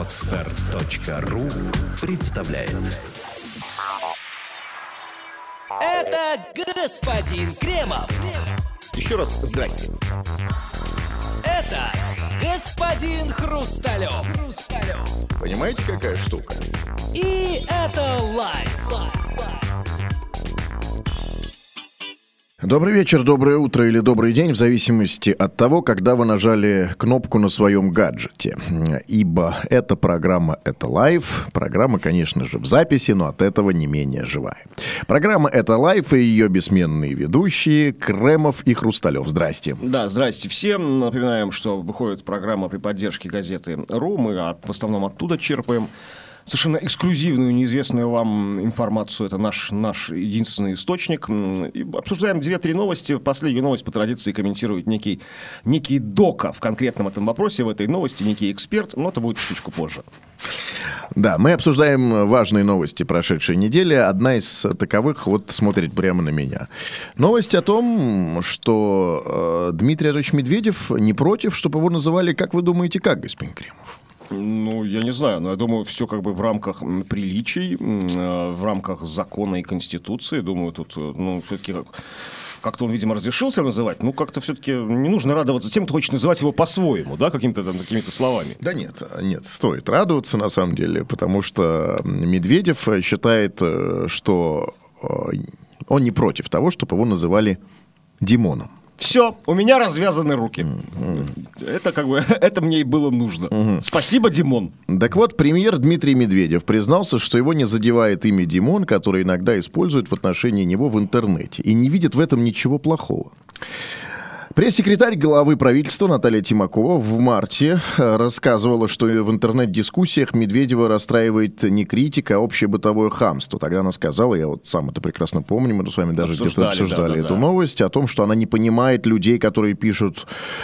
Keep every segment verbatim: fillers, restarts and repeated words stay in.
Подстер точка ру представляет. Это господин Кремов. Еще раз здрасте. Это господин Хрусталев. Хрусталев. Понимаете, какая штука? И это лайв. Добрый вечер, доброе утро или добрый день, в зависимости от того, когда вы нажали кнопку на своем гаджете. Ибо эта программа «Это лайв». Программа, конечно же, в записи, но от этого не менее живая. Программа «Это лайв» и ее бессменные ведущие Кремов и Хрусталев. Здрасте. Да, здрасте всем. Напоминаем, что выходит программа при поддержке газеты «Ру». Мы от, в основном оттуда черпаем совершенно эксклюзивную, неизвестную вам информацию. Это наш, наш единственный источник. И обсуждаем две-три новости. Последнюю новость по традиции комментирует некий, некий дока в конкретном этом вопросе, в этой новости, некий эксперт, но это будет чуточку позже. Да, мы обсуждаем важные новости прошедшей недели. Одна из таковых вот смотрит прямо на меня. Новость о том, что э, Дмитрий Анатольевич Медведев не против, чтобы его называли, как вы думаете, как, господин Кремов? Ну, я не знаю, но я думаю, все как бы в рамках приличий, в рамках закона и конституции. Думаю, тут, ну, все-таки как-то он, видимо, разрешился называть. Ну, как-то все-таки не нужно радоваться тем, кто хочет называть его по-своему, да, какими-то там, какими-то словами. Да нет, нет, стоит радоваться на самом деле, потому что Медведев считает, что он не против того, чтобы его называли Димоном. Все, у меня развязаны руки. Mm-hmm. Это как бы, это мне и было нужно. Mm-hmm. Спасибо, Димон. Так вот, премьер Дмитрий Медведев признался, что его не задевает имя Димон, которое иногда используют в отношении него в интернете, и не видит в этом ничего плохого. Пресс-секретарь главы правительства Наталья Тимакова в марте рассказывала, что в интернет-дискуссиях Медведева расстраивает не критика, а общее бытовое хамство. Тогда она сказала, я вот сам это прекрасно помню, мы с вами даже обсуждали, где-то обсуждали да, да, эту да. новость, о том, что она не понимает людей, которые пишут,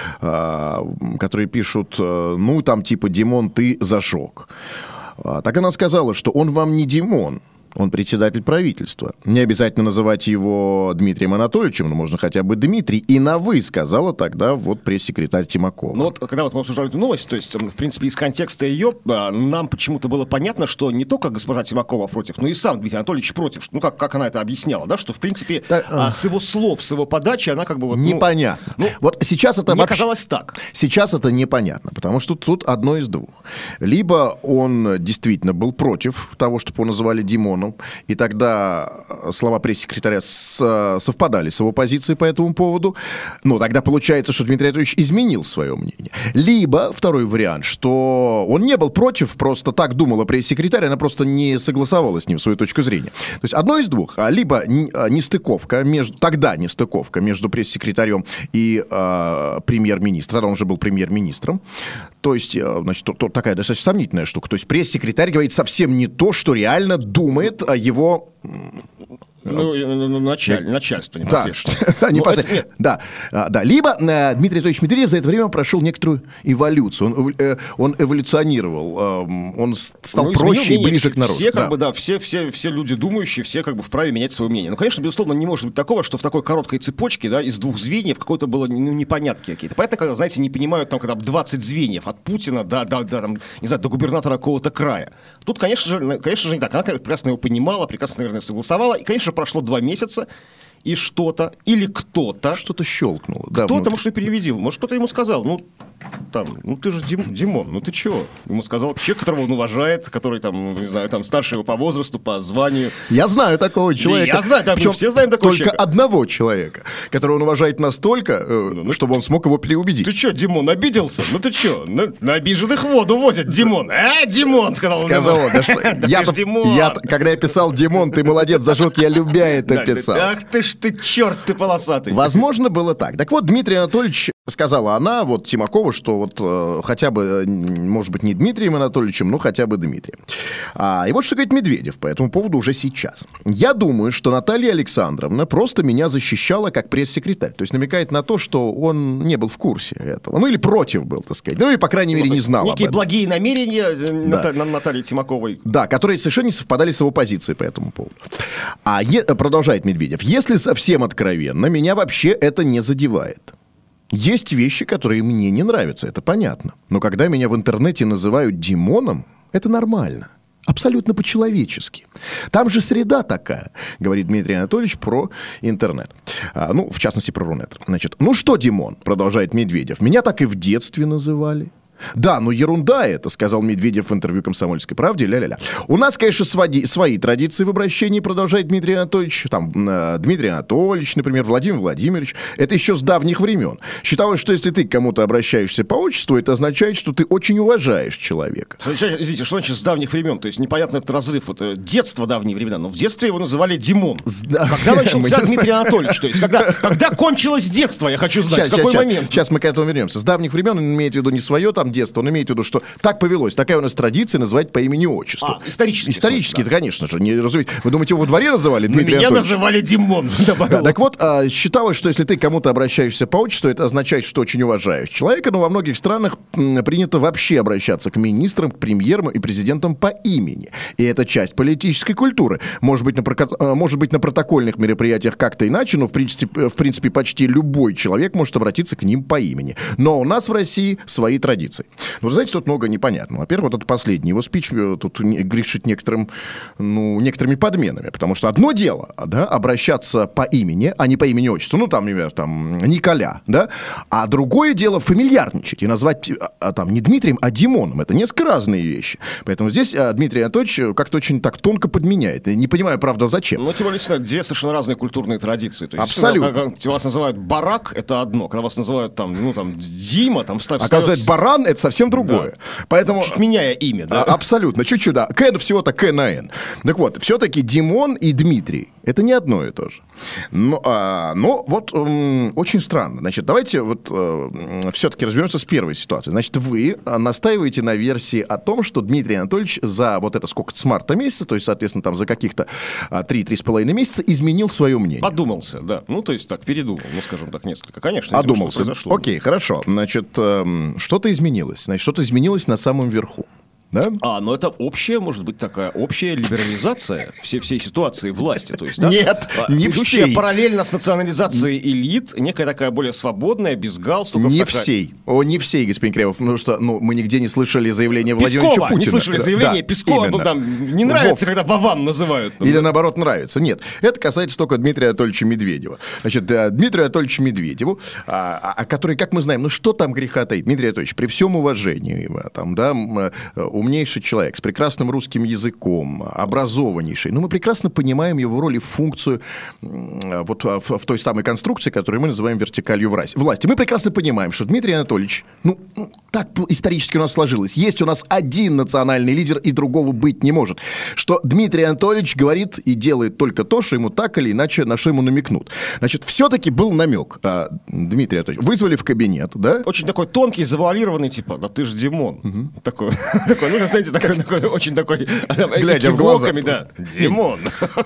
которые пишут, ну, там, типа, Димон, ты зажег. Так она сказала, что он вам не Димон. Он председатель правительства. Не обязательно называть его Дмитрием Анатольевичем, но можно хотя бы Дмитрий. И на «вы» сказала тогда вот пресс-секретарь Тимакова. Ну вот, когда вот мы обсуждали эту новость, то есть, в принципе, из контекста ее, нам почему-то было понятно, что не только госпожа Тимакова против, но и сам Дмитрий Анатольевич против. Ну, как, как она это объясняла, да, что, в принципе, так, а, с его слов, с его подачи, она как бы вот... Непонятно. Ну, вот сейчас это мне вообще... казалось так. Сейчас это непонятно, потому что тут одно из двух. Либо он действительно был против того, чтобы его называли Димоном, и тогда слова пресс-секретаря совпадали с его позицией по этому поводу. Ну, тогда получается, что Дмитрий Анатольевич изменил свое мнение. Либо второй вариант, что он не был против, просто так думала пресс-секретарь, она просто не согласовала с ним свою точку зрения. То есть одно из двух. Либо нестыковка, между, тогда нестыковка между пресс-секретарем и э, премьер-министром, тогда он уже был премьер-министром. То есть, значит, то, то, такая достаточно сомнительная штука. То есть пресс-секретарь говорит совсем не то, что реально думает о его его... Ну, началь, начальство непосредственно. Да, непосредственно. Да, да. Либо э, Дмитрий Анатольевич Медведев за это время прошел некоторую эволюцию. Он, э, он эволюционировал. Э, он стал ну, проще и ближе все, к народу. Все, да. как бы, да, все, все, все люди думающие, все как бы вправе менять свое мнение. Ну, конечно, безусловно, не может быть такого, что в такой короткой цепочке, да, из двух звеньев какое-то было ну, непонятки какие-то. Понятно, когда, знаете, не понимают, там, когда двадцать звеньев от Путина до, до, до, там, не знаю, до губернатора какого-то края. Тут, конечно же, конечно же, не так. Она прекрасно его понимала, прекрасно, наверное, согласовала. И, конечно, прошло два месяца. И что-то, или кто-то... Что-то щелкнуло. Кто-то, да, может, и переведил. Может, кто-то ему сказал, ну, там, ну, ты же Дим, Димон, ну, ты чего? Ему сказал человек, которого он уважает, который, там, не знаю, там, старше его по возрасту, по званию. Я знаю такого человека. Я знаю, да, мы все знаем такого только человека. Только одного человека, которого он уважает настолько, ну, чтобы он смог его переубедить. Ты что, Димон, обиделся? Ну, ты что? На, на обиженных воду возят, Димон. А, Димон, сказал он. Сказал он, да что? Я, когда я писал Димон, ты молодец, зажег, я любя это писал. Ах ты ж ты, черт ты полосатый. Возможно, было так. Так вот, Дмитрий Анатольевич, сказала она, вот Тимакова, что вот э, хотя бы, может быть, не Дмитрием Анатольевичем, но хотя бы Дмитрием. А, и вот что говорит Медведев по этому поводу уже сейчас. Я думаю, что Наталья Александровна просто меня защищала как пресс-секретарь. То есть намекает на то, что он не был в курсе этого. Ну или против был, так сказать. Ну и, по крайней мере, не знал Некие об этом. Благие намерения да. Натальи, Натальи Тимаковой. Да, которые совершенно не совпадали с его позицией по этому поводу. А е- продолжает Медведев. Если совсем откровенно, меня вообще это не задевает. Есть вещи, которые мне не нравятся, это понятно. Но когда меня в интернете называют Димоном, это нормально. Абсолютно по-человечески. Там же среда такая, говорит Дмитрий Анатольевич про интернет. А, ну, в частности, про Рунет. Значит, ну что, Димон, продолжает Медведев, меня так и в детстве называли. Да, ну ерунда это, сказал Медведев в интервью «Комсомольской правде». Ля-ля-ля. У нас, конечно, свои, свои традиции в обращении, продолжает Дмитрий Анатольевич. Там э, Дмитрий Анатольевич, например, Владимир Владимирович. Это еще с давних времен. Считалось, что если ты к кому-то обращаешься по отчеству, это означает, что ты очень уважаешь человека. Извините, что значит с давних времен? То есть непонятно этот разрыв. Это детство, давние времена. Но в детстве его называли Димон. Да. Когда начался Дмитрий Анатольевич? То есть когда, когда кончилось детство, я хочу знать, сейчас, в какой сейчас, момент? Сейчас мы к этому вернемся. С давних времен он имеет в виду не свое там детство, он имеет в виду, что так повелось. Такая у нас традиция называть по имени-отчеству. А, исторически. Исторически, да. конечно же. Не, разумеете. Вы думаете, его во дворе называли Дмитрий Меня Анатольевич? называли Димон. Да, так вот, а, считалось, что если ты к кому-то обращаешься по отчеству, это означает, что очень уважаешь человека, но во многих странах м, принято вообще обращаться к министрам, к премьерам и президентам по имени. И это часть политической культуры. Может быть, на, проко- может быть, на протокольных мероприятиях как-то иначе, но в принципе, в принципе почти любой человек может обратиться к ним по имени. Но у нас в России свои традиции. Ну, знаете, тут много непонятного. Во-первых, вот этот последний его спич тут грешит некоторым, ну, некоторыми подменами. Потому что одно дело, да, обращаться по имени, а не по имени-отчеству. Ну, там, например, там, Николя, да. А другое дело фамильярничать и назвать а, там, не Дмитрием, а Димоном. Это несколько разные вещи. Поэтому здесь а, Дмитрий Анатольевич как-то очень так тонко подменяет. Не понимаю, правда, зачем. Ну, тем более, две совершенно разные культурные традиции. То есть, абсолютно. Когда, когда вас называют барак, это одно. Когда вас называют там, ну, там, Дима, там, встав, а когда называют баран, это совсем другое. Да. Поэтому... Чуть меняя имя, да? А, абсолютно, чуть-чуть, да. К всего-то К на Н. Так вот, все-таки Димон и Дмитрий — это не одно и то же. Но, а, но вот м, очень странно. Значит, давайте вот э, все-таки разберемся с первой ситуацией. Значит, вы настаиваете на версии о том, что Дмитрий Анатольевич за вот это сколько-то с марта месяца, то есть, соответственно, там за каких-то три-три с половиной месяца изменил свое мнение. Подумался, да. Ну, то есть так, передумал, ну, скажем так, несколько. Конечно, одумался. Окей, хорошо. Значит, э, что-то изменилось. Значит, что-то изменилось на самом верху. Да? А, ну это общая, может быть, такая общая либерализация всей, всей ситуации власти. То есть, да? Нет, а, не идущая всей. параллельно с национализацией элит, некая такая более свободная, без галстуков. Не такая... всей. О, не всей, господин Кремов, потому что ну, мы нигде не слышали заявления Владимира Пескова, Путина. не слышали заявления да, Пескова, именно. Там, не нравится, Вов. Когда Вован называют. Или наоборот нравится. Нет, это касается только Дмитрия Анатольевича Медведева. Значит, Дмитрию Анатольевичу Медведеву, а, а, который, как мы знаем, ну что там греха таить, Дмитрий Анатольевич, при всем уважении, там, да, умнейший человек, с прекрасным русским языком, образованнейший. Но мы прекрасно понимаем его роль и функцию вот в, в той самой конструкции, которую мы называем вертикалью власти. Мы прекрасно понимаем, что Дмитрий Анатольевич, ну, так исторически у нас сложилось. Есть у нас один национальный лидер, и другого быть не может. Что Дмитрий Анатольевич говорит и делает только то, что ему так или иначе, на что ему намекнут. Значит, все-таки был намек. А, Дмитрий Анатольевич, вызвали в кабинет, да? Очень такой тонкий, завуалированный, типа, да ты же Димон. Угу. Такой, такой, ну, знаете, такой, такой, очень такой... Глядя в глаза. Да. Димон.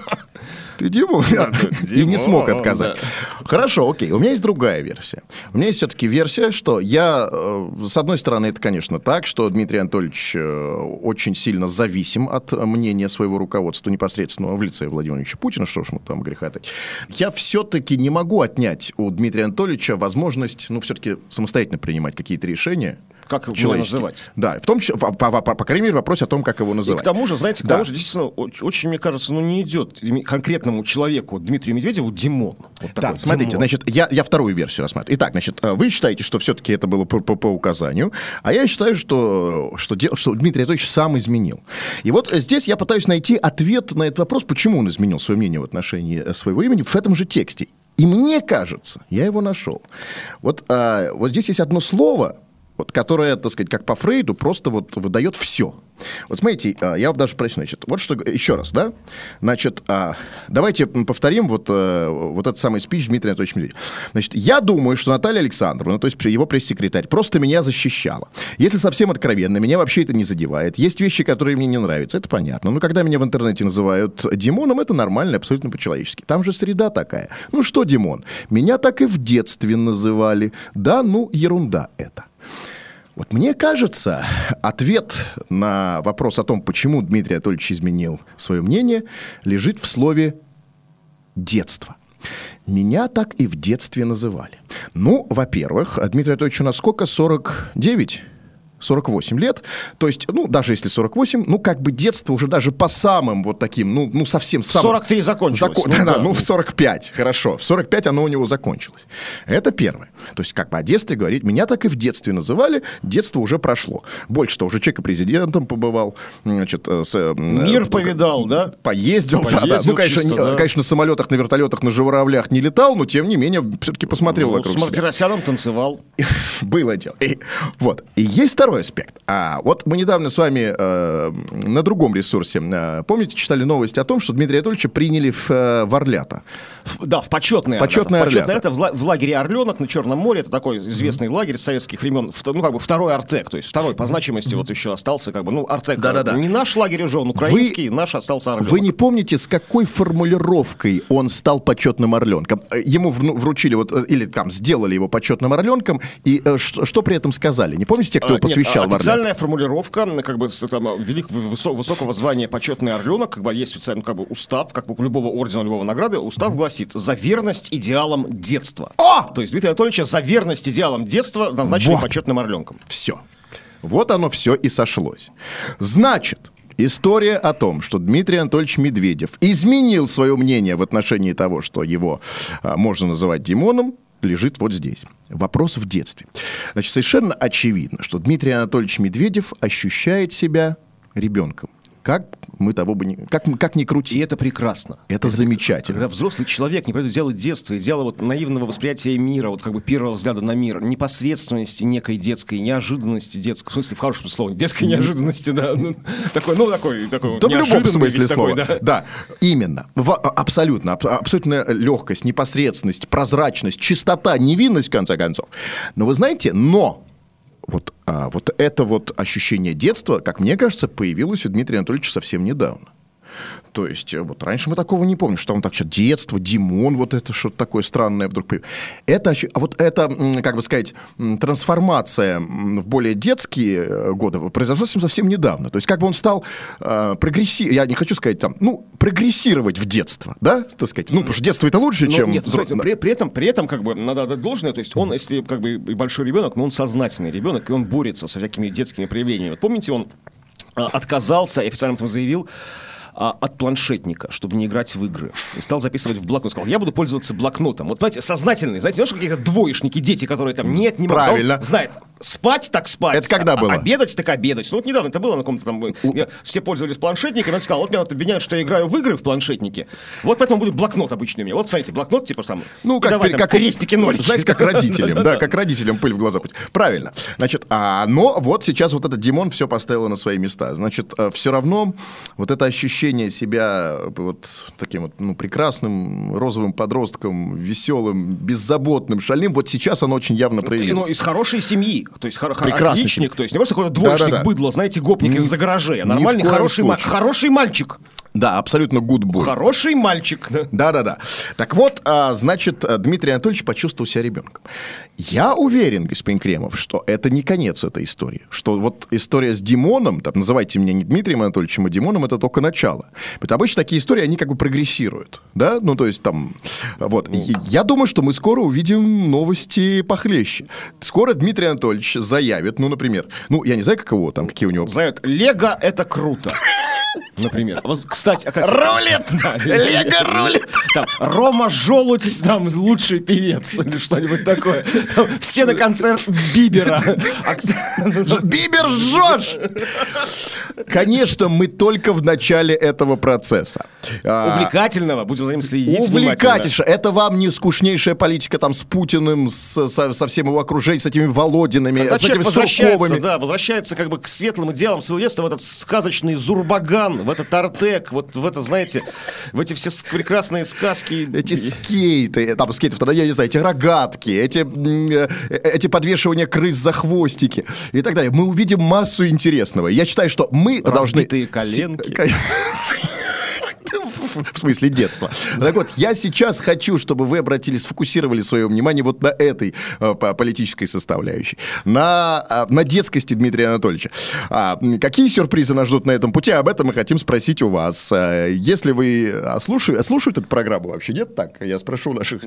Ты Димон. Да, и не смог отказать. Да. Хорошо, окей. У меня есть другая версия. У меня есть все-таки версия, что я... С одной стороны, это, конечно, так, что Дмитрий Анатольевич очень сильно зависим от мнения своего руководства непосредственного в лице Владимира Владимировича Путина. Что ж мы там греха таить. Я все-таки не могу отнять у Дмитрия Анатольевича возможность, ну, все-таки самостоятельно принимать какие-то решения. Как его называть? Да, в том числе, по, по, по, по крайней мере, вопрос о том, как его называть. И к тому же, знаете, к да. тому же, действительно, очень, очень, мне кажется, ну, не идет конкретному человеку, Дмитрию Медведеву, Димон. Вот да, такой, смотрите, Димон. значит, я, я вторую версию рассматриваю. Итак, значит, вы считаете, что все-таки это было по, по, по указанию, а я считаю, что, что, дел, что Дмитрий Анатольевич сам изменил. И вот здесь я пытаюсь найти ответ на этот вопрос, почему он изменил свое мнение в отношении своего имени в этом же тексте. И мне кажется, я его нашел. Вот, а, вот здесь есть одно слово, вот, которое, так сказать, как по Фрейду, просто вот выдает все. Вот смотрите, я даже прочитаю, значит, вот что, еще раз, да, значит, давайте повторим вот, вот этот самый спич Дмитрия Анатольевича Медведева. Значит, я думаю, что Наталья Александровна, то есть его пресс-секретарь, просто меня защищала. Если совсем откровенно, меня вообще это не задевает. Есть вещи, которые мне не нравятся, это понятно. Но когда меня в интернете называют Димоном, это нормально, абсолютно по-человечески. Там же среда такая. Ну что, Димон, меня так и в детстве называли. Да, ну, ерунда это. Вот мне кажется, ответ на вопрос о том, почему Дмитрий Анатольевич изменил свое мнение, лежит в слове «детство». Меня так и в детстве называли. Ну, во-первых, Дмитрий Анатольевич, у нас сколько? сорок девять? сорок восемь лет, то есть, ну, даже если сорок восемь, ну, как бы детство уже даже по самым вот таким, ну, ну совсем... В сорок три закончилось. Закон... Ну, да, да, ну, в сорок пять, хорошо, в сорок пять оно у него закончилось. Это первое. То есть, как бы о детстве говорить, меня так и в детстве называли, детство уже прошло. Больше-то уже человек и президентом побывал, значит... С, Мир э, повидал, да? Поездил, Поездил, да, да. Ну, конечно, чисто, не, да. конечно, на самолетах, на вертолетах, на журавлях не летал, но, тем не менее, все-таки посмотрел ну, вокруг с себя. Мартиросяном танцевал. Было дело. И, вот. И есть второй аспект. А вот мы недавно с вами э, на другом ресурсе, э, помните, читали новости о том, что Дмитрия Анатольевича приняли в, э, в Орлята. В, да, в почетное Почетное Орлята. Орлята. В, ла- в лагере Орленок на Черном море. Это такой известный mm-hmm. лагерь советских времен. Ну, как бы второй Артек. То есть второй по значимости mm-hmm. вот еще остался. Как бы, ну, Артек. Да-да-да. Не наш лагерь уже, он украинский, вы, наш остался Орленок. Вы не помните, с какой формулировкой он стал почетным орленком? Ему вручили, вот, или там сделали его почетным орленком, и э, что, что при этом сказали? Не помните те, кто его посвящал Нет, в Орлята? официальная формулировка, как бы, там, велик, высо, высокого звания почетный орленок, как бы, есть специальный как бы, устав, как бы у любого ордена, любого награды, устав mm-hmm. гласит: за верность идеалам детства. О! То есть Дмитрия Анатольевича за верность идеалам детства назначили вот. почетным орленком. Все. Вот оно все и сошлось. Значит, история о том, что Дмитрий Анатольевич Медведев изменил свое мнение в отношении того, что его а, можно называть Димоном, лежит вот здесь. Вопрос в детстве. Значит, совершенно очевидно, что Дмитрий Анатольевич Медведев ощущает себя ребенком. Как мы того бы не... Как, как ни крути. И это прекрасно. Это, это замечательно. Когда взрослый человек не придет делать детство, идеала вот наивного восприятия мира, вот как бы первого взгляда на мир, непосредственности некой детской, неожиданности детской, в смысле, в хорошем слове, детской неожиданности, да. Ну, такой, ну, такой, такой да в любом смысле слова. Такой, да. да, именно. В, абсолютно. Абсолютная легкость, непосредственность, прозрачность, чистота, невинность, в конце концов. Но вы знаете, но... Вот, а, вот это вот ощущение детства, как мне кажется, появилось у Дмитрия Анатольевича совсем недавно. То есть, вот раньше мы такого не помним, что он так, что детство, Димон, вот это что-то такое странное вдруг появилось. Это, вот это, как бы сказать, трансформация в более детские годы произошла совсем недавно. То есть, как бы он стал э, прогрессировать, я не хочу сказать там, ну, прогрессировать в детство, да, так сказать. Ну, потому что детство это лучше, но, чем... Нет, смотрите, при, при, этом, при этом, как бы, надо отдать должное, то есть он, если как бы большой ребенок, но он сознательный ребенок, и он борется со всякими детскими проявлениями. Вот помните, он э, отказался, и официально там заявил, от планшетника, чтобы не играть в игры. И стал записывать в блокнот. Сказал, я буду пользоваться блокнотом. Вот, знаете, сознательный. Знаете, знаешь, какие-то двоечники, дети, которые там нет, не могут. Правильно. Он знает, спать так спать. Это когда было? А, обедать так обедать. Ну, вот недавно это было на каком-то там... Я, все пользовались планшетником. Он сказал, вот меня вот обвиняют, что я играю в игры в планшетнике. Вот поэтому будет блокнот обычный у меня. Вот, смотрите, блокнот, типа там... Ну, как, давай, как, там, крестики, нолики. Знаете, как родителям, да, как родителям пыль в глаза путь. Правильно. Значит, а, но вот сейчас вот этот Димон все поставил на свои места. Значит, все равно вот это ощущение себя вот таким вот, ну, прекрасным розовым подростком, веселым, беззаботным, шальным, вот сейчас оно очень явно проявилось. Ну, из хорошей семьи, то есть хор- Прекрасный отличник, семьи. То есть не просто какой-то двоечник, Да-да-да. быдло, знаете, гопник Ни, из-за гаражей, а ни нормальный, в коем хороший, ма- случае. хороший мальчик. Да, абсолютно good boy. Хороший мальчик. Да. Да-да-да. Так вот, а, значит, Дмитрий Анатольевич почувствовал себя ребенком. Я уверен, господин Кремов, что это не конец этой истории. Что вот история с Димоном, там, называйте меня не Дмитрием Анатольевичем, а Димоном, это только начало. Потому что обычно такие истории, они как бы прогрессируют. Да? Ну, то есть там... Вот. И я думаю, что мы скоро увидим новости похлеще. Скоро Дмитрий Анатольевич заявит, ну, например, ну, я не знаю, как его там, какие у него... Заявит, Лего — это круто. Например. Кстати, рулит! Лего рулит! Там, Рома Желудь, там, лучший певец или что-нибудь такое. Там, все на концерт Бибера. Бибер жжешь! Конечно, мы только в начале этого процесса. Увлекательного, будем за ним следить. Увлекательнейшее. Это вам не скучнейшая политика там с Путиным, с, со, со всем его окружением, с этими Володинами, Когда с этими возвращается, Сурковыми. да, возвращается как бы к светлым идеалам своего детства, в этот сказочный Зурбаган, в этот Артек, вот в это, знаете, в эти все прекрасные сказки. Эти скейты, там скейтов, я не знаю, эти рогатки, эти, эти подвешивания крыс за хвостики и так далее. Мы увидим массу интересного. Я считаю, что мы Разбитые должны... коленки. В смысле детства. Так вот, я сейчас хочу, чтобы вы обратили, сфокусировали свое внимание вот на этой а, политической составляющей. На, а, на детскости Дмитрия Анатольевича. А, какие сюрпризы нас ждут на этом пути? Об этом мы хотим спросить у вас. А, если вы слушаете, слушают эту программу вообще, нет? Так, я спрошу наших...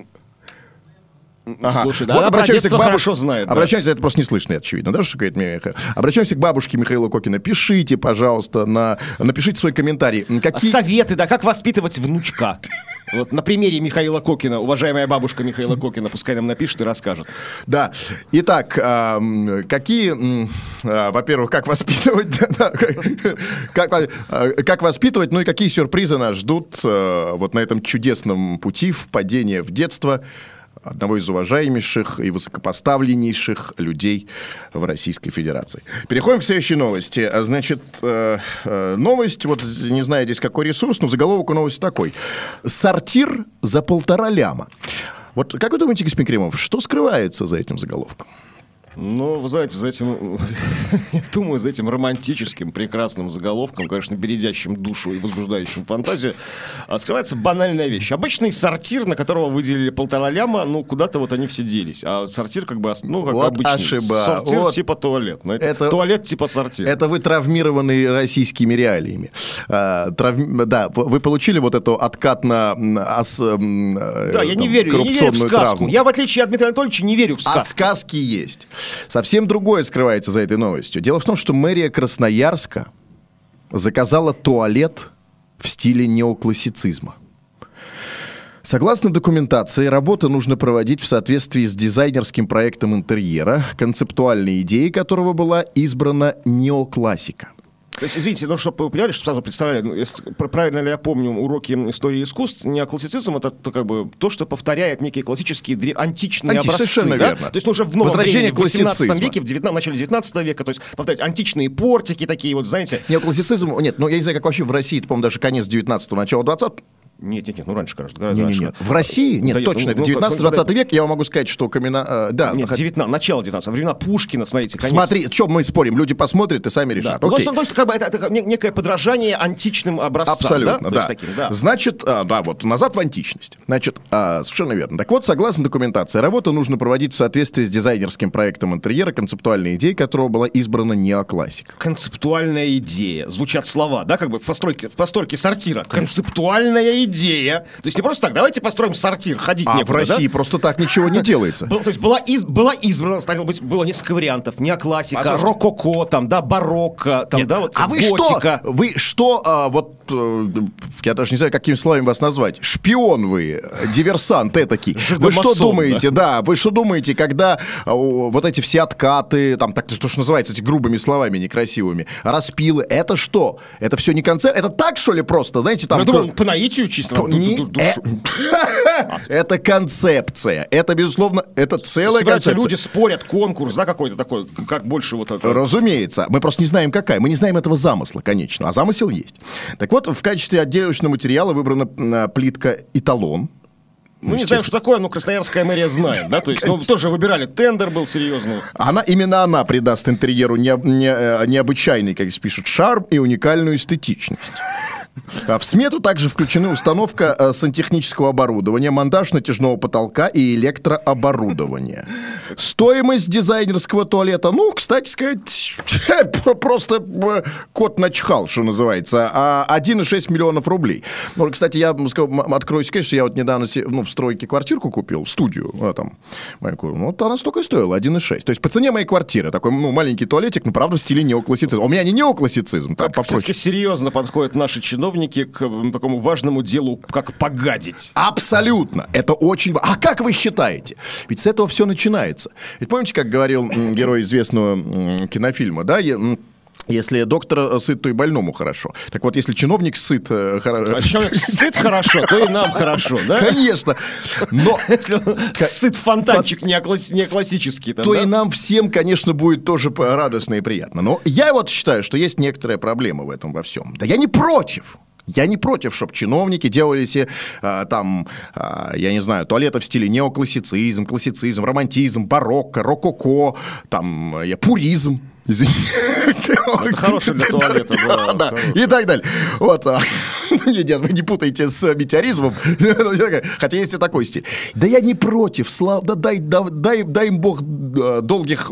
Ага. Слушай, да, вот обращаемся к бабушке, хорошо знает. Да. Обращаемся, это просто не слышно, очевидно, да, что говорит Михаил? Обращаемся к бабушке Михаила Кокина. Пишите, пожалуйста, на, напишите свой комментарий. Какие... Советы, да, как воспитывать внучка. Вот на примере Михаила Кокина, уважаемая бабушка Михаила Кокина, пускай нам напишет и расскажет. Да. Итак, э, какие, э, во-первых, как воспитывать, как, как воспитывать, ну и какие сюрпризы нас ждут э, вот на этом чудесном пути в падение в детство одного из уважаемейших и высокопоставленнейших людей в Российской Федерации. Переходим к следующей новости. Значит, э, э, новость, вот не знаю здесь какой ресурс, но заголовок у новости такой. Сортир за полтора ляма. Вот как вы думаете, господин Кремов, что скрывается за этим заголовком? Ну, вы знаете, за этим, я думаю, за этим романтическим, прекрасным заголовком, конечно, бередящим душу и возбуждающим фантазию, скрывается банальная вещь. Обычный сортир, на которого выделили полтора ляма, ну, куда-то вот они все делись. А сортир как бы, ну, как вот обычный. Ошиба. Сортир вот. типа туалет. Но это, это туалет типа сортир. Это вы травмированы российскими реалиями. А, трав... Да, вы получили вот эту откатно... Ос... Да, там, я не верю, я не верю в сказку. Травму. Я, в отличие от Дмитрия Анатольевича, не верю в сказку. А сказки есть. Совсем другое скрывается за этой новостью. Дело в том, что мэрия Красноярска заказала туалет в стиле неоклассицизма. Согласно документации, работу нужно проводить в соответствии с дизайнерским проектом интерьера, концептуальной идеей которого была избрана неоклассика. То есть, извините, ну, чтобы вы понимали, чтобы сразу представляли, ну, если, правильно ли я помню уроки истории искусств, неоклассицизм — это то, как бы, то, что повторяет некие классические дре... античные Анти... образцы. Совершенно да? верно. То есть, ну, уже в новом Возвращение времени, в восемнадцатом классицизма. веке, в, девятнадцатом, в начале девятнадцатого века, то есть повторять античные портики такие, вот, знаете. Неоклассицизм, нет, ну, я не знаю, как вообще в России, это, по-моему, даже конец девятнадцатого, начало двадцатого. Нет, нет, нет, ну раньше, кажется, гораздо не, не, раньше. Не. В России? Нет, да, точно, ну, это девятнадцатый-двадцатый век, я вам могу сказать, что камена... Э, да, нет, хот... девятнадцатый, начало девятнадцатого, времена Пушкина, смотрите, конец. Смотри, что мы спорим, люди посмотрят и сами решат. Да. Ну, то есть, то есть как бы, это, это некое подражание античным образцам. Абсолютно, да. да? да. Таким, да. Значит, а, да, вот, назад в античность. Значит, а, совершенно верно. Так вот, согласно документации, работу нужно проводить в соответствии с дизайнерским проектом интерьера, концептуальной идеей которого была избрана неоклассика. Концептуальная идея. Звучат слова, да, как бы в постройке, в постройке сортира. Концептуальная идея. То есть не просто так, давайте построим сортир, ходить а некуда, в России да? просто так ничего не делается. Был, то есть была, из, была избрана, стало быть, было несколько вариантов. Неоклассика, Послушайте. рококо, там, да, барокко, там, Нет. да, вот а вы готика. что? Вы что, а, вот, э, я даже не знаю, какими словами вас назвать. Шпион вы, диверсант этакий. Вы что думаете, да? да, вы что думаете, когда о, вот эти все откаты, там, так, то, что называется, эти грубыми словами некрасивыми, распилы, это что? Это все не концепт? Это так, что ли, просто? Знаете, там... Я думал, по наитию чисто. Это концепция. Это, безусловно, это целая концепция. Люди спорят, конкурс, да, какой-то такой, как больше вот это. Разумеется. Мы просто не знаем, какая. Мы не знаем этого замысла, конечно. А замысел есть. Так вот, в качестве отделочного материала выбрана плитка «Эталон». Мы не знаем, что такое, но Красноярская мэрия знает, да? То есть, ну, тоже выбирали, тендер был серьезный. Она, именно она придаст интерьеру не, не, необычайный, как здесь пишут, шарм и уникальную эстетичность. В смету также включены установка сантехнического оборудования, монтаж натяжного потолка и электрооборудование. Стоимость дизайнерского туалета, ну, кстати сказать, просто кот начхал, что называется, один и шесть миллионов рублей. Ну, кстати, я открою секрет, что я вот недавно ну, в стройке квартирку купил, студию, а, там, мою, ну, вот она столько и стоила, один и шесть. То есть по цене моей квартиры такой ну, маленький туалетик, ну, правда, в стиле неоклассицизма. У меня не неоклассицизм, там попроще. Все-таки серьезно подходят наши чиновники чиновники к такому важному делу, как погадить. Абсолютно. Это очень важно. А как вы считаете? Ведь с этого все начинается. Ведь помните, как говорил герой известного кинофильма, да? Если доктор сыт, то и больному хорошо. Так вот, если чиновник сыт... А человек сыт хорошо, то и нам хорошо, да? Конечно. Но... Если он сыт фонтанчик не классический. То и нам всем, конечно, будет тоже радостно и приятно. Но я вот считаю, что есть некоторая проблема в этом во всем. Да я не против. Я не против, чтобы чиновники делали себе а, там, а, я не знаю, туалеты в стиле неоклассицизм, классицизм, романтизм, барокко, рококо, там, я, пуризм. Извините. Это хороший для туалета, да. Да, и так далее. Вот. Нет, нет, вы не путайте с метеоризмом. Хотя есть и такой стиль. Да я не против, слава, да дай, дай, дай им бог долгих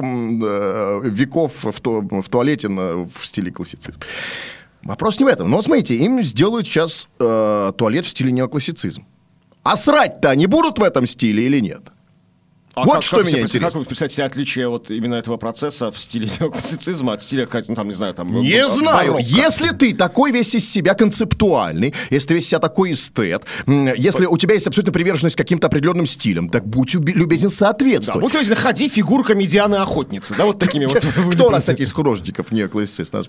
веков в, ту, в туалете на, в стиле классицизм. Вопрос не в этом. Но вот смотрите, им сделают сейчас э, туалет в стиле неоклассицизм. А срать-то они будут в этом стиле или нет? А вот как, что как меня себе, интересно. Как вы представляете себе отличие вот именно этого процесса в стиле неоклассицизма от стиля, ну, там, не знаю, там... Не от знаю. барокко? Если ты такой весь из себя концептуальный, если ты весь из себя такой эстет, если у тебя есть абсолютно приверженность к каким-то определенным стилям, так будь любезен Да, соответствовать. будь любезен, ходи фигурками Дианы-охотницы, да, вот такими вот. Кто у нас, кстати, из художников неоклассицистов?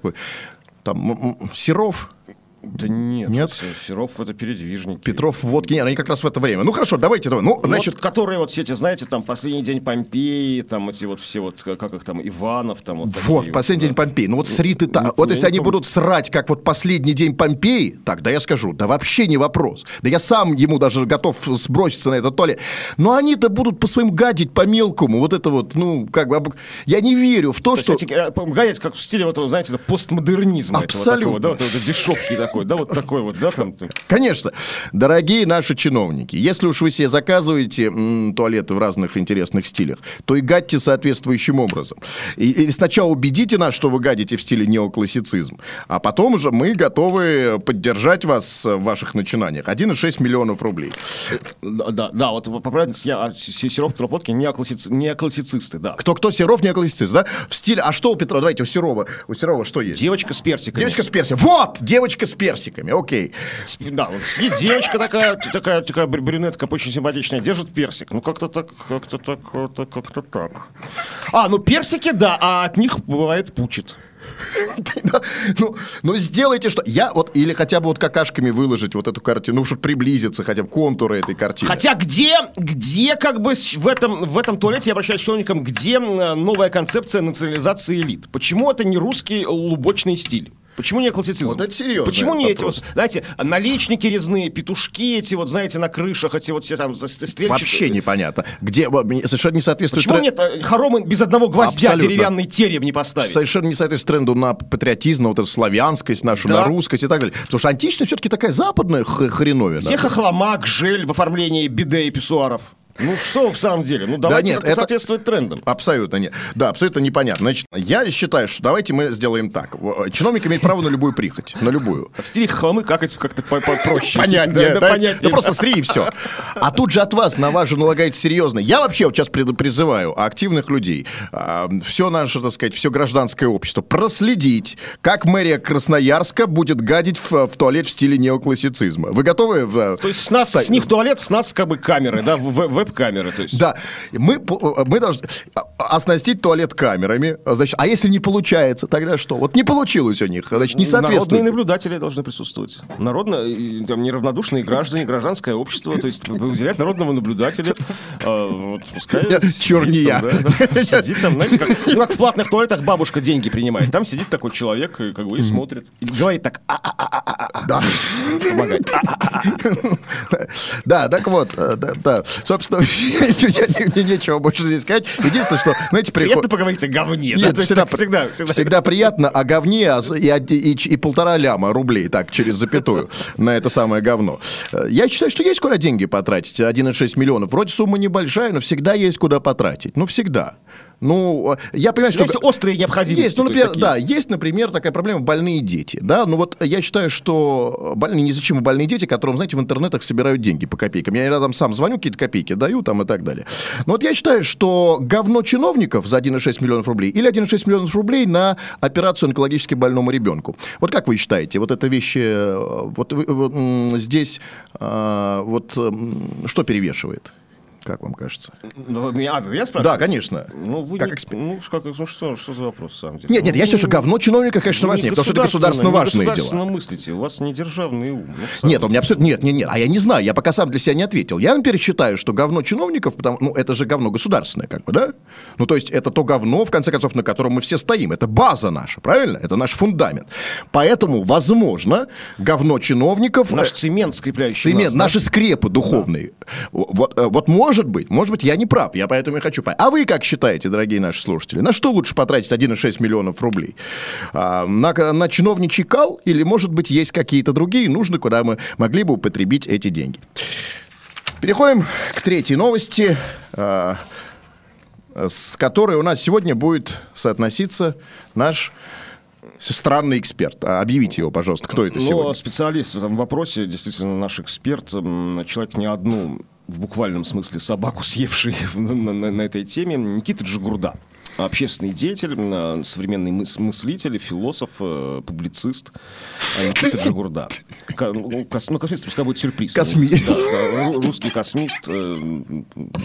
Там Серов? Да нет, Нет? Серов это передвижники. Петров, Водкин, они как раз в это время. Ну хорошо, давайте, давай. Ну, значит, Вот, которые вот все эти, знаете, там «Последний день Помпеи», там эти вот все вот, как их там, Иванов, там вот. вот, такие последний вот, день Помпеи. Ну вот сри ты так. Ну, Вот ну, если они ну, будут срать, как вот последний день Помпеи, тогда я скажу, да вообще не вопрос. Да я сам ему даже готов сброситься на этот туалет. Но они-то будут по своим гадить по-мелкому. Вот это вот, ну, как бы... Я не верю в то, То что... есть, эти, гадить, как в стиле, вот, знаете, постмодернизма. Абсолютно. Этого, такого, да, вот, вот, дешевки такой, да, вот такой вот, да, там. Конечно. Дорогие наши чиновники, если уж вы себе заказываете м, туалеты в разных интересных стилях, то и гадьте соответствующим образом. И, и сначала убедите нас, что вы гадите в стиле неоклассицизм, а потом уже мы готовы поддержать вас в ваших начинаниях. один и шесть миллионов рублей. Да, да, вот по правильности я, Серов, Петров, Водкин, неоклассици, неоклассицисты, да. Кто-кто? Серов неоклассицист, да? В стиле... А что у Петра? Давайте у Серова. У Серова что есть? Девочка с персиками. Девочка с персиками. Вот! Девочка с персиками. Окей. Да, вот сидит девочка такая, такая, такая брюнетка, очень симпатичная, держит персик. Ну, как-то так, как-то так, как-то, как-то так. А, ну, персики, да, а от них, бывает, пучит. Ну, ну, сделайте что. Я вот, или хотя бы вот какашками выложить вот эту картину, ну, чтобы приблизиться хотя бы к контуру этой картины. Хотя где, где как бы в этом, в этом туалете, я обращаюсь к чиновникам, где новая концепция национализации элит? Почему это не русский лубочный стиль? Почему не классицизм? Вот это серьезный Почему не вопрос. эти вот, знаете, наличники резные, петушки эти вот, знаете, на крышах, эти вот все там стрельчики. Вообще непонятно. Где, совершенно не соответствует... Почему трен... нет хоромы без одного гвоздя Абсолютно. деревянный терем не поставить? Совершенно не соответствует тренду на патриотизм, на вот эту славянскость нашу, Да. на русскость и так далее. Потому что античность все-таки такая западная х- хреновина. Где хохломак, жель в оформлении биде и писсуаров? Ну что в самом деле? Ну давайте нет, как-то это- соответствовать трендам. Абсолютно нет. Да, абсолютно непонятно. Значит, я считаю, что давайте мы сделаем так. Чиновник имеет право на любую прихоть. На любую. В стиле хохломы какать как-то по- попроще. Понятнее, Да, да? понятнее. Да просто сри и все. А тут же от вас, на вас же налагается серьезно. Я вообще вот сейчас пред- призываю активных людей, а, все наше, так сказать, все гражданское общество проследить, как мэрия Красноярска будет гадить в, в туалет в стиле неоклассицизма. Вы готовы? В, То есть с нас, ста- с них туалет, с нас как бы камеры, да, в- веб-камеры. То есть. Да, мы, по- мы должны оснастить туалет камерами. Значит, а если не получается, тогда что? Вот не получилось у них, значит, не Народные соответствует. наблюдатели должны присутствовать. Народно, и, там, неравнодушные граждане, гражданское общество, то есть выделять народного наблюдателя. а, вот, пускай сидит Чёр не я. там, да, да, сидит там, знаете, как, ну, как в платных туалетах бабушка деньги принимает. Там сидит такой человек и, как бы, и смотрит. И говорит так, а-а-а-а-а. Да. Помогает. Да, так вот, э, да, да. Собственно, мне нечего больше здесь сказать. Единственное, что, знаете, Приятно приход... поговорить о говне. да? Нет, То есть всегда, так всегда, всегда. всегда приятно о говне а с- и, о- и, и полтора ляма рублей, так, через запятую, на это самое говно. Э, Я считаю, что есть куда деньги потратить, один и шесть миллионов. Вроде сумма небольшая, но всегда есть куда потратить. Ну, всегда. Ну, я понимаю, что... Есть острые необходимости. Есть, ну, то есть например, такие. да, есть, например, такая проблема больные дети, да, ну вот я считаю, что больные, неизлечимые больные дети, которым, знаете, в интернетах собирают деньги по копейкам, я иногда там сам звоню, какие-то копейки даю там и так далее. Но вот я считаю, что говно чиновников за один и шесть миллионов рублей или один и шесть миллионов рублей на операцию онкологически больному ребенку. Вот как вы считаете, вот это вещи, вот, вы- вот, м, здесь а, вот м, что перевешивает? Как вам кажется? Ну, меня- а, я спрашиваю? Да, конечно. Ну, вы Как не- эксперт. ну, как, ну, что, что за вопрос, на самом деле? Нет, нет, я считаю, что говно чиновника, конечно, Вы не важнее, потому что это государственно не важные дела. государственно мыслите, у вас не державный ум. Ну, в самом Нет, у меня абсолютно нет, нет, нет. А я не знаю, я пока сам для себя не ответил. Я, например, считаю, что говно чиновников, потому, ну, это же говно государственное, как бы, да? Ну, то есть это то говно, в конце концов, на котором мы все стоим. Это база наша, правильно? Это наш фундамент. Поэтому, возможно, говно чиновников... Наш э, цемент, скрепляющий Цемент, нас, да? наши скрепы духовные. Вот, э, вот можно Может быть, может быть, я не прав, я поэтому и хочу понять. А вы как считаете, дорогие наши слушатели, на что лучше потратить один целых шесть десятых миллионов рублей? А, на, на чиновничий кал или, может быть, есть какие-то другие нужды, куда мы могли бы употребить эти деньги? Переходим к третьей новости, а, с которой у нас сегодня будет соотноситься наш странный эксперт. Объявите его, пожалуйста, кто это сегодня? Ну, специалист в этом вопросе, действительно, наш эксперт, человек не одну, в буквальном смысле, собаку съевший на, на, на этой теме, Никита Джигурда. Общественный деятель, современный мыс- мыслитель, философ, публицист Никита Джигурда. Ну, кос, ну, космист, пускай будет сюрприз. Космист. Да, да, русский космист. Точно.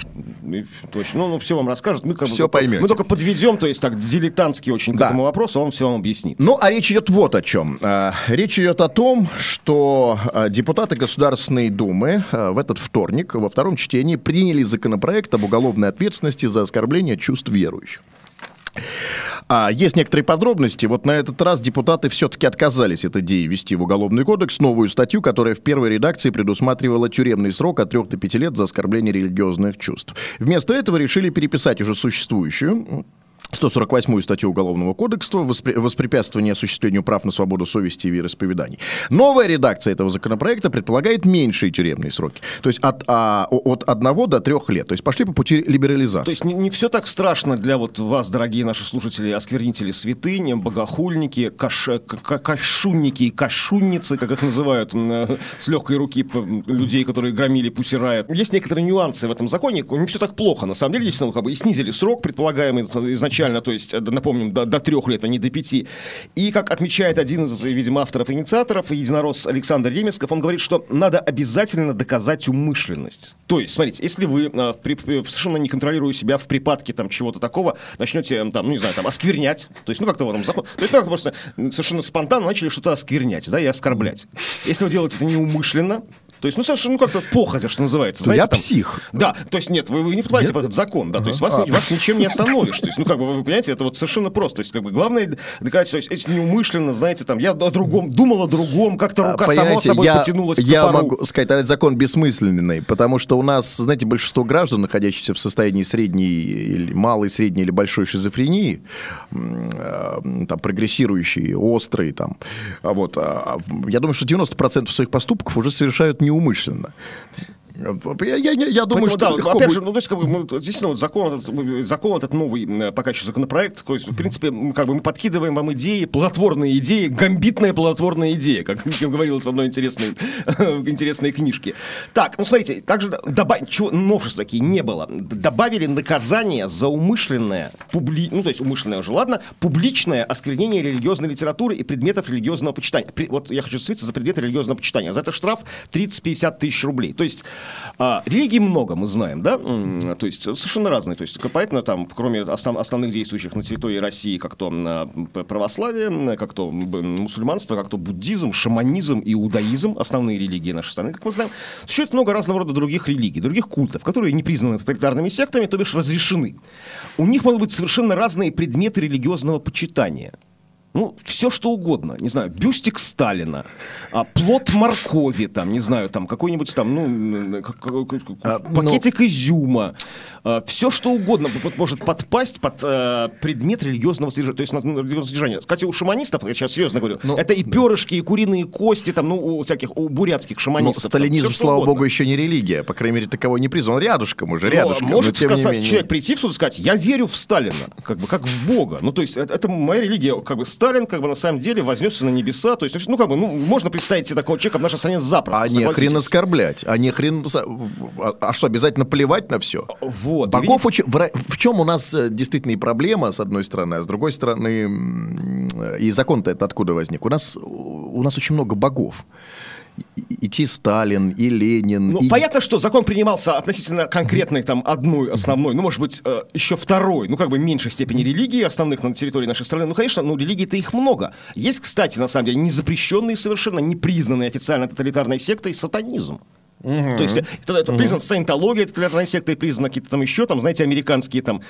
Ну, ну, все вам расскажет. Мы, как все бы, поймете. Мы только подведем, то есть так, дилетантски очень да. к этому вопросу, а он все вам объяснит. Ну, а речь идет вот о чем. Речь идет о том, что депутаты Государственной Думы в этот вторник во втором чтении приняли законопроект об уголовной ответственности за оскорбление чувств верующих. А, есть некоторые подробности. Вот на этот раз депутаты все-таки отказались от идеи ввести в Уголовный кодекс новую статью, которая в первой редакции предусматривала тюремный срок от трёх до пяти лет за оскорбление религиозных чувств. Вместо этого решили переписать уже существующую сто сорок восьмую статью Уголовного кодекса «Воспре- «Воспрепятствование осуществлению прав на свободу совести и вероисповеданий». Новая редакция этого законопроекта предполагает меньшие тюремные сроки. То есть от, а, от одного до трех лет. То есть пошли по пути либерализации. То есть не, не все так страшно для вот вас, дорогие наши слушатели, осквернители святыни, богохульники, каш, к- кашунники и кашунницы, как их называют с легкой руки людей, которые громили Pussy Riot. Есть некоторые нюансы в этом законе. Не все так плохо. На самом деле, действительно, как бы и снизили срок, предполагаемый изначально. То есть, напомним, до, до трех лет, а не до пяти. И, как отмечает один из, видимо, авторов-инициаторов, единорос Александр Ремесков, он говорит, что надо обязательно доказать умышленность. То есть, смотрите, если вы, а, в, в, совершенно не контролируя себя в припадке там, чего-то такого, начнете, там, ну, не знаю, там, осквернять, то есть, ну, как-то в этом закон, то есть, ну, как просто совершенно спонтанно начали что-то осквернять, да, и оскорблять. Если вы делаете это неумышленно, то есть, ну, совершенно, ну, как-то походя, что называется. Знаете, я там, псих. Да, то есть, нет, вы, вы не попадаете в этот закон, да, то есть, вас, а. вас ничем не остановишь. То есть, ну, как бы, вы понимаете, это вот совершенно просто. То есть, как бы, главное доказать, то есть, это неумышленно, знаете, там, я о другом, думал о другом, как-то рука само собой я, потянулась к я топору. могу сказать, этот закон бессмысленный, потому что у нас, знаете, большинство граждан, находящихся в состоянии средней, или малой, средней или большой шизофрении, там, прогрессирующие, острые, там, вот, я думаю, что девяносто процентов своих поступков уже совершают неумышленно. Я, я, я думаю, Поэтому, что да, легко опять будет... же, ну, то есть, как бы, мы, действительно, вот закон, этот, закон этот новый, пока еще законопроект, то есть, в принципе, мы, как бы, мы подкидываем вам идеи, плодотворные идеи, гамбитная плодотворная идея, как говорилось в одной интересной, интересной книжке. Так, ну, смотрите, также добав... чего, новшеств такие не было. Добавили наказание за умышленное, публи... ну, то есть, умышленное уже, ладно, публичное осквернение религиозной литературы и предметов религиозного почитания. При... Вот я хочу зацепиться за предметы религиозного почитания. За это штраф тридцать-пятьдесят тысяч рублей. То есть, А, религий много, мы знаем, да, то есть совершенно разные, то есть, поэтому там, кроме основ, основных действующих на территории России, как то православие, как то мусульманство, как то буддизм, шаманизм, иудаизм, основные религии нашей страны, как мы знаем, существует много разного рода других религий, других культов, которые не признаны тоталитарными сектами, то бишь разрешены. У них могут быть совершенно разные предметы религиозного почитания. Ну, все что угодно, не знаю, бюстик Сталина, а, плод моркови, там, не знаю, там, какой-нибудь там, ну, а, пакетик ну... изюма, а, все что угодно может подпасть под а, предмет религиозного содержания, то есть ну, религиозного содержания. Кстати, у шаманистов, я сейчас серьезно говорю, ну, это и перышки, и куриные кости, там, ну, у всяких, у бурятских шаманистов. Но сталинизм, там, все, слава богу, еще не религия, по крайней мере, таковой не признан, он рядышком уже, рядышком. Но, может но, тем сказать, не менее... человек прийти в суд и сказать, я верю в Сталина, как бы, как в Бога, ну, то есть, это, это моя религия, как бы, Сталин, как бы, на самом деле, вознесся на небеса. То есть, ну, как бы, ну, можно представить себе такого человека в нашей стране запросто. А не хрен оскорблять. А не хрен... А, а что, обязательно плевать на все? Вот. Богов видите... очень... В чем у нас действительно и проблема, с одной стороны, а с другой стороны, и закон-то это откуда возник? У нас, у нас очень много богов. И те Сталин, и Ленин. Ну, и... понятно, что закон принимался относительно конкретной там одной основной, ну, может быть, э, еще второй, ну, как бы меньшей степени религии основных на территории нашей страны. Ну, конечно, ну, религий-то их много. Есть, кстати, на самом деле, незапрещенные совершенно, непризнанные официально тоталитарной сектой сатанизм. Uh-huh. То есть это, это uh-huh. признан саентология, тоталитарной сектой, признаны какие-то там еще, там, знаете, американские там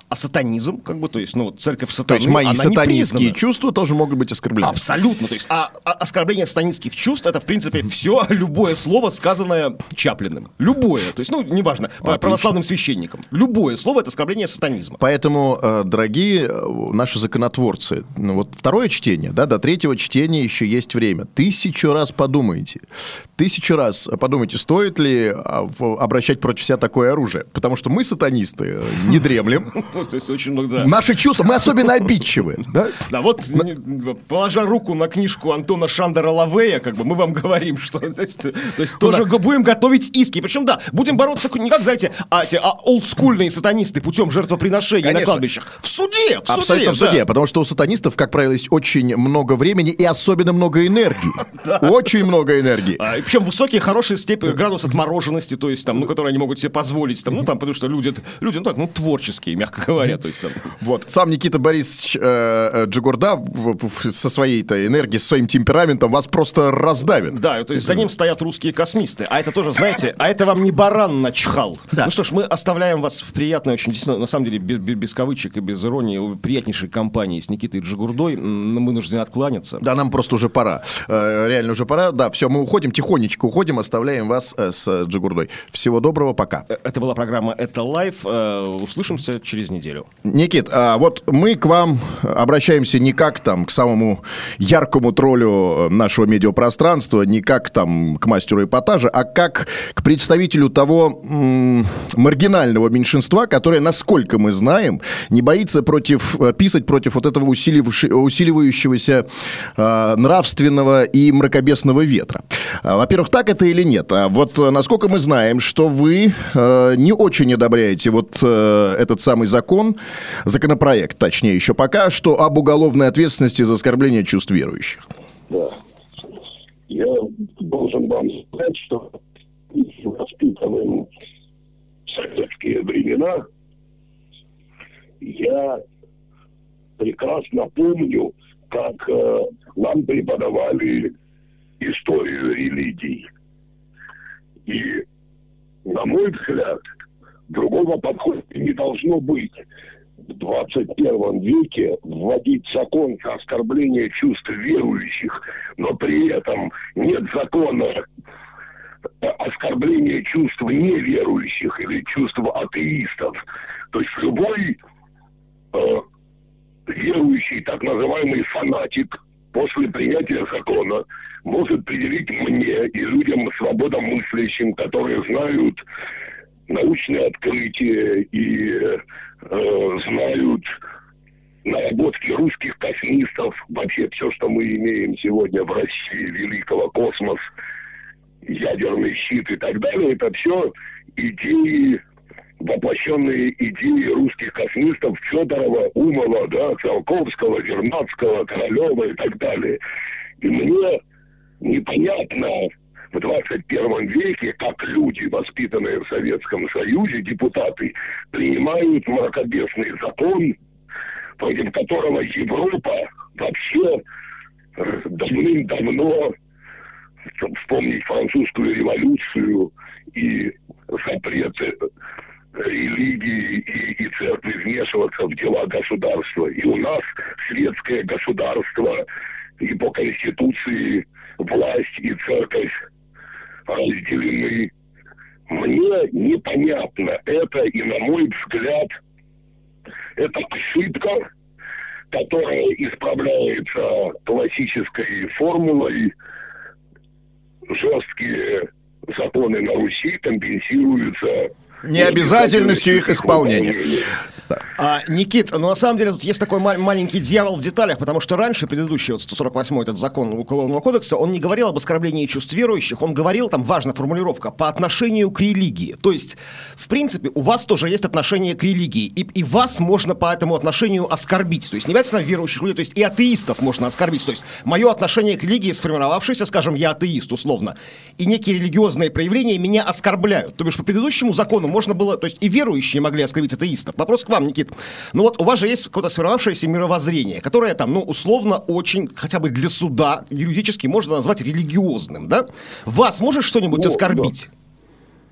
А сатанизм, как бы, то есть, ну, вот церковь сатаны, То есть мои она сатанинские чувства тоже могут быть оскорблены. Абсолютно. То есть, а, а оскорбление сатанинских чувств — это, в принципе, все, любое слово, сказанное Чаплиным. Любое. То есть, ну, неважно, Отлично. православным священникам. Любое слово — это оскорбление сатанизма. Поэтому, дорогие наши законотворцы, ну, вот второе чтение, да, до третьего чтения еще есть время. Тысячу раз подумайте. Тысячу раз подумайте, стоит ли обращать против себя такое оружие. Потому что мы, сатанисты, не дремлем. То есть очень много, да. Наши чувства, мы особенно обидчивы. Да, да вот, На... положа руку на книжку Антона Шандера Лавея, как бы мы вам говорим, что то есть, то есть тоже да. будем готовить иски. Причем, да, будем бороться не как, знаете, а, те, а олдскульные сатанисты путем жертвоприношения Конечно. на кладбищах. В суде, в суде. Абсолютно в суде, да. потому что у сатанистов, как правило, есть очень много времени и особенно много энергии. Очень много энергии. Причем высокие, хорошие степени, градус отмороженности, то есть, там, ну, которые они могут себе позволить. Там, ну, там, потому что люди, люди ну, так, ну, творческие, мягко говоря. То есть, там. Вот, сам Никита Борисович э, Джигурда со своей-то энергией, со своим темпераментом вас просто раздавит. Да, то есть за ним стоят русские космисты. А это тоже, знаете, а это вам не баран начхал. Да. Ну что ж, мы оставляем вас в приятной, очень, действительно, на самом деле, без, без кавычек и без иронии, приятнейшей компании с Никитой Джигурдой. Мы вынуждены откланяться. Да, нам просто уже пора. Э, реально уже пора. Да, все, мы уходим, тихонечко уходим, оставляем вас э, с Джигурдой. Всего доброго, пока. Это была программа «Это лайв». Э, услышимся через неделю. Никит, а вот мы к вам обращаемся не как там к самому яркому троллю нашего медиапространства, не как там к мастеру эпатажа, а как к представителю того м- маргинального меньшинства, которое, насколько мы знаем, не боится против, писать против вот этого усиливающегося, усиливающегося э, нравственного и мракобесного ветра. Во-первых, так это или нет? А вот насколько мы знаем, что вы э, не очень одобряете вот э, этот самый закон, законопроект, точнее, еще пока, что об уголовной ответственности за оскорбление чувств верующих. Да. Я должен вам сказать, что воспитанным в советские времена я прекрасно помню, как э, нам преподавали историю религий. И, на мой взгляд, другого подхода не должно быть. В двадцать первом веке вводить закон о оскорблении чувств верующих, но при этом нет закона оскорбления чувств неверующих или чувств атеистов. То есть любой э, верующий, так называемый фанатик, после принятия закона может предъявить мне и людям свободомыслящим, которые знают научные открытия и э, знают наработки русских космистов, вообще все, что мы имеем сегодня в России, великого космос, ядерный щит и так далее, это все идеи, воплощенные идеи русских космистов Федорова, Умова, да, Циолковского, Вернадского, Королева и так далее. И мне непонятно в двадцать первом веке, как люди, воспитанные в Советском Союзе, депутаты, принимают мракобесный закон, против которого Европа вообще давным-давно, вспомнить французскую революцию и запреты религии и, и церкви вмешиваться в дела государства. И у нас светское государство, и по Конституции власть и церковь разделены. Мне непонятно это, и, на мой взгляд, это ошибка, которая исправляется классической формулой. Жесткие законы на Руси компенсируются необязательностью их исполнения. А, Никит, ну на самом деле тут есть такой ма- маленький дьявол в деталях, потому что раньше предыдущий вот сто сорок восьмой этот закон Уголовного кодекса, он не говорил об оскорблении чувств верующих, он говорил, там важная формулировка, по отношению к религии. То есть, в принципе, у вас тоже есть отношение к религии, и, и вас можно по этому отношению оскорбить. То есть, не обязательно верующих людей, то есть и атеистов можно оскорбить. То есть, мое отношение к религии сформировавшееся, скажем, я атеист условно, и некие религиозные проявления меня оскорбляют. То бишь, по предыдущему закону можно было, то есть и верующие могли оскорбить атеистов. Вопрос к вам, Никит. Ну вот у вас же есть какое-то сформировавшееся мировоззрение, которое там, ну, условно, очень, хотя бы для суда, юридически можно назвать религиозным, да? Вас может что-нибудь ну, оскорбить? Да.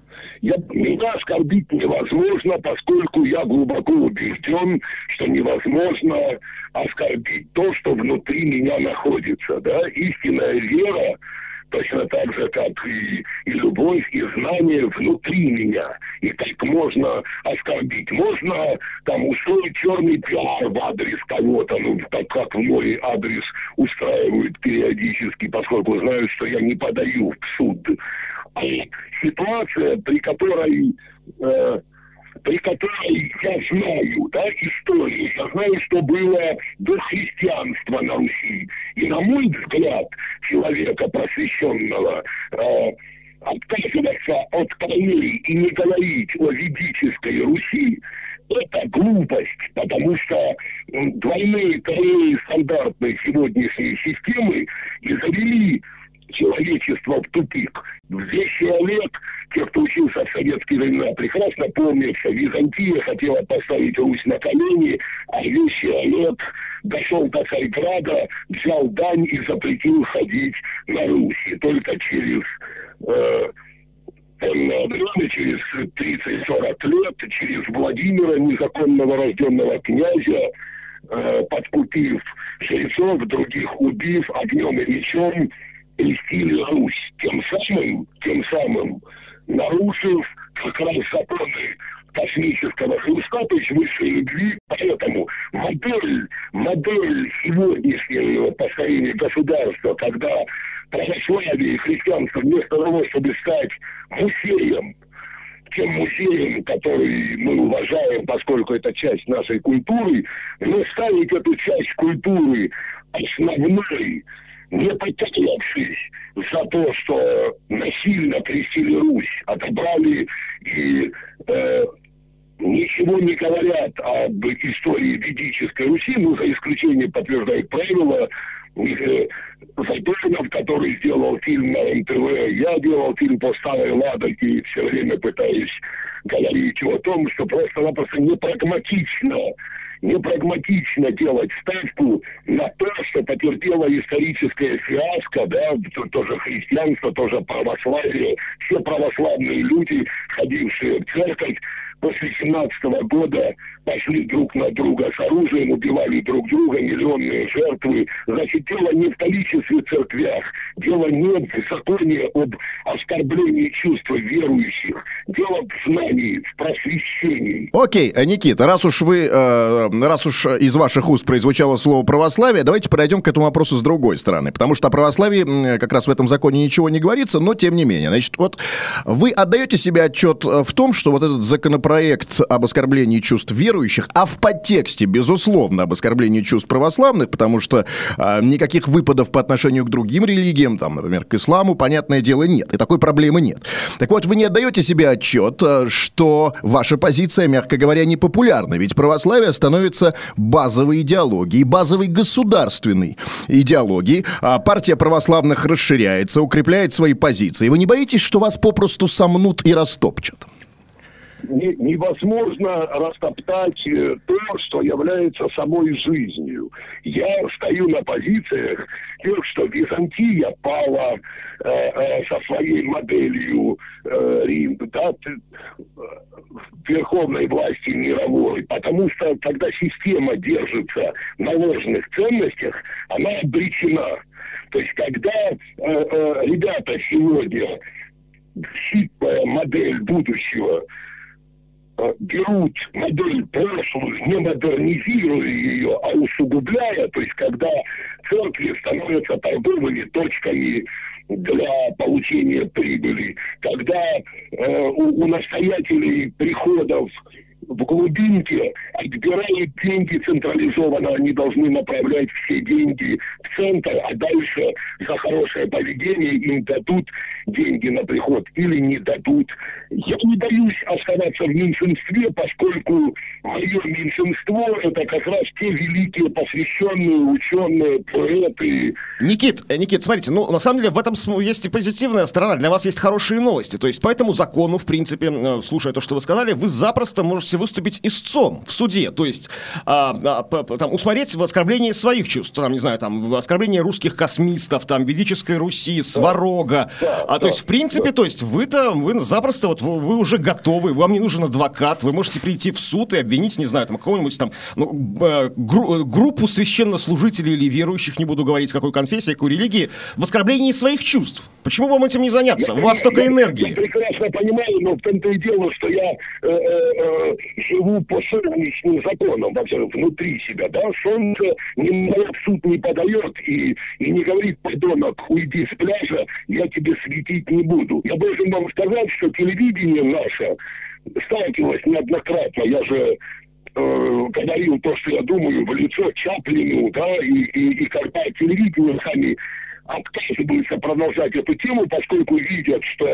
Я, меня оскорбить невозможно, поскольку я глубоко убежден, что невозможно оскорбить то, что внутри меня находится. Да? Истинная вера, точно так же, как и, и любовь, и знание внутри меня. И как можно оскорбить? Можно там устроить черный пиар в адрес кого-то, ну, так как в мой адрес устраивают периодически, поскольку знают, что я не подаю в суд. А ситуация, при которой... Э, при которой я знаю, да, историю, я знаю, что было до христианства на Руси. И, на мой взгляд, человека просвещенного, э, отказываться от корней и не говорить о ведической Руси, это глупость, потому что двойные корней стандартной сегодняшней системы и завели человечество в тупик. Вещий Олег, те, кто учился в советские времена, прекрасно помнят, что Византия хотела поставить Русь на колени, а Вещий Олег дошел до Царьграда, взял дань и запретил ходить на Русь. И только через э, время, через тридцать-сорок лет, через Владимира, незаконного рожденного князя, э, подкупив жрецов, других убив огнем и мечом, крестили Русь, тем самым, тем самым нарушив как раз законы космического хлыста, то есть высшей любви. Поэтому модель, модель сегодняшнего построения государства, когда православие и христианство вместо того, чтобы стать музеем, тем музеем, который мы уважаем, поскольку это часть нашей культуры, но ставить эту часть культуры основной, не потерявшись за то, что насильно крестили Русь, отобрали и э, ничего не говорят об истории ведической Руси, ну, за исключением подтверждает правила, э, Задорнов, который сделал фильм на эн тэ вэ, я делал фильм по Старой Ладоге и все время пытаюсь говорить о том, что просто-напросто непрагматично непрагматично делать ставку на то, что потерпело историческое фиаско, да, тоже христианство, тоже православие, все православные люди, ходившие в церковь, после семнадцатого года пошли друг на друга с оружием, убивали друг друга, миллионные жертвы. Значит, дело не в количестве церквях, дело не в законе об оскорблении чувств верующих, дело в знании, в просвещении. Окей, Никита, раз уж вы, э, раз уж из ваших уст прозвучало слово православие, давайте подойдем к этому вопросу с другой стороны, потому что о православии как раз в этом законе ничего не говорится, но тем не менее. Значит, вот вы отдаете себе отчет в том, что вот этот законопроект Проект об оскорблении чувств верующих, а в подтексте, безусловно, об оскорблении чувств православных, потому что э, никаких выпадов по отношению к другим религиям, там, например, к исламу, понятное дело, нет. И такой проблемы нет. Так вот, вы не отдаете себе отчет, что ваша позиция, мягко говоря, непопулярна. Ведь православие становится базовой идеологией, базовой государственной идеологией. А партия православных расширяется, укрепляет свои позиции. Вы не боитесь, что вас попросту сомнут и растопчут? Невозможно растоптать то, что является самой жизнью. Я стою на позициях тех, что Византия пала э, э, со своей моделью э, Рим, да, верховной власти мировой, потому что когда система держится на ложных ценностях, она обречена. То есть когда э, э, ребята сегодня, считывая модель будущего, берут модель прошлую, не модернизируя ее, а усугубляя, то есть когда церкви становятся торговыми точками для получения прибыли, когда э, у, у настоятелей приходов в глубинке отбирают деньги централизованно, они должны направлять все деньги в центр, а дальше за хорошее поведение им дадут деньги на приход или не дадут. Я не боюсь оставаться в меньшинстве, поскольку мое меньшинство — это как раз те великие посвященные ученые, поэты. Никит, Никит, смотрите, ну, на самом деле в этом есть и позитивная сторона, для вас есть хорошие новости, то есть по этому закону, в принципе, слушая то, что вы сказали, вы запросто можете выступить истцом в суде, то есть а, а, там, усмотреть в оскорблении своих чувств, там, не знаю, там, оскорбление русских космистов, там, ведической Руси, Сварога. Да, а да, то есть, в принципе, да. то есть вы-то, вы запросто, вот вы, вы уже готовы, вам не нужен адвокат, вы можете прийти в суд и обвинить, не знаю, там, какого-нибудь там, ну, гру- группу священнослужителей или верующих, не буду говорить, какой конфессии, какой религии, в оскорблении своих чувств. Почему вам этим не заняться? У вас столько энергии. Я прекрасно понимаю, но в том-то и дело, что я э, э, живу по солнечным законам, вообще, внутри себя, да, солнце ни меня в суд не подает и, и не говорит: подонок, уйди с пляжа, я тебе светить не буду. Я должен вам сказать, что телевидение наше сталкивалось неоднократно, я же э, говорил то, что я думаю, в лицо Чаплину, да, и, и, и когда телевидение сами отказываются продолжать эту тему, поскольку видят, что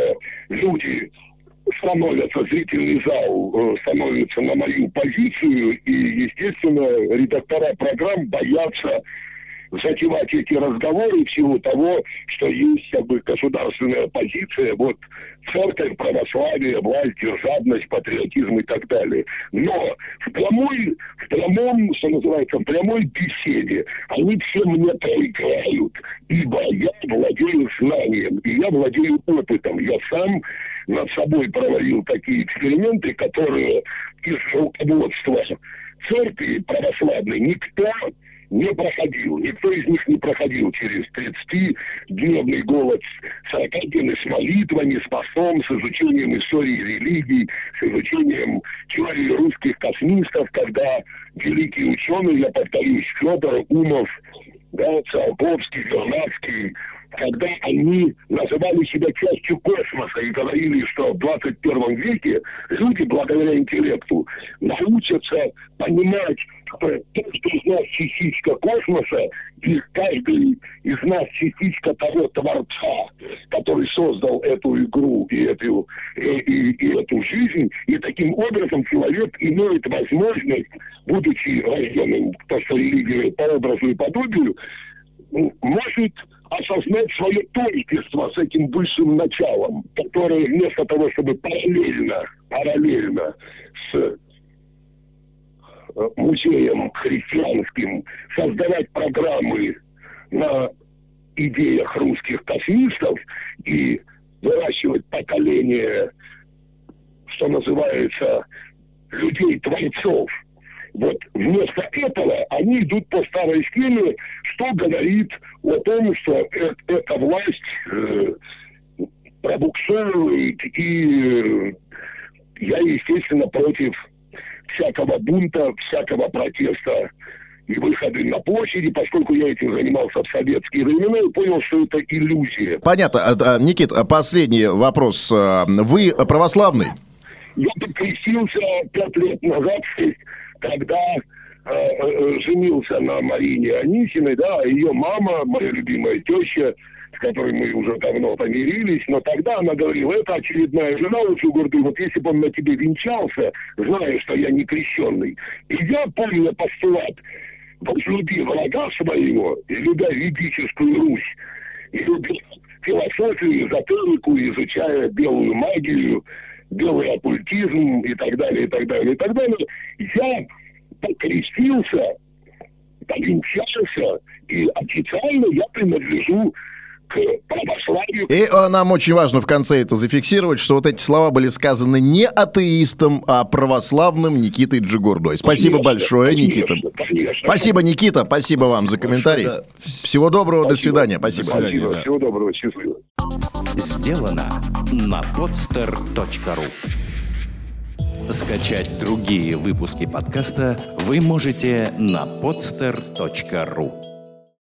люди становятся, зрительный зал э, становится на мою позицию, и, естественно, редактора программ боятся затевать эти разговоры в силу того, что есть как бы государственная позиция, вот церковь, православие, власть, державность, патриотизм и так далее. Но в прямой, в прямом, что называется, в прямой беседе они все мне проиграют, ибо я владею знанием, и я владею опытом. Я сам над собой проводил такие эксперименты, которые из руководства церкви православной никто не проходил. Никто из них не проходил через тридцатидневный голод сорокадневный с молитвами, с постом, с изучением истории религий, с изучением теории русских космистов, когда великие ученые, я повторюсь, Федор, Умов, да, Циолковский, Вернадский, когда они называли себя частью космоса и говорили, что в двадцать первом веке люди, благодаря интеллекту, научатся понимать, что каждый из нас частичка космоса, и каждый из нас частичка того Творца, который создал эту игру и эту, и, и, и эту жизнь, и таким образом человек имеет возможность, будучи рожденным, то, что религия по образу и подобию, может осознать свое тождество с этим высшим началом, которое вместо того, чтобы параллельно, параллельно с музеем христианским создавать программы на идеях русских космистов и выращивать поколение, что называется, людей-творцов. Вот вместо этого они идут по старой схеме, что говорит о том, что э- эта власть э- пробуксовывает, и э- я, естественно, против всякого бунта, всякого протеста и выходы на площади, поскольку я этим занимался в советские времена и понял, что это иллюзия. Понятно. Никит, последний вопрос. Вы православный? Я покрестился пять лет назад, когда э, э, женился на Марине Анисиной, да, ее мама, моя любимая теща, с которой мы уже давно помирились, но тогда она говорила: это очередная жена у Джугурды, вот если бы он на тебе венчался, зная, что я не крещенный. И я, помня постулат: возлюби врага своего, и любя ведическую Русь, и любя философию, эзотерику, изучая белую магию, белый оккультизм и так далее, и так далее, и так далее, я покрестился, повенчался, и официально я принадлежу к православию. И э, нам очень важно в конце это зафиксировать, что вот эти слова были сказаны не атеистом, а православным Никитой Джигурдой. Спасибо конечно, большое, конечно, Никита. Конечно. Спасибо, Никита, спасибо вам спасибо за комментарий. Большое, да. Всего доброго, спасибо. До свидания. Спасибо. До свидания, спасибо. Да. Всего доброго, счастливо. Сделано на podster точка ру. Скачать другие выпуски подкаста вы можете на podster точка ру.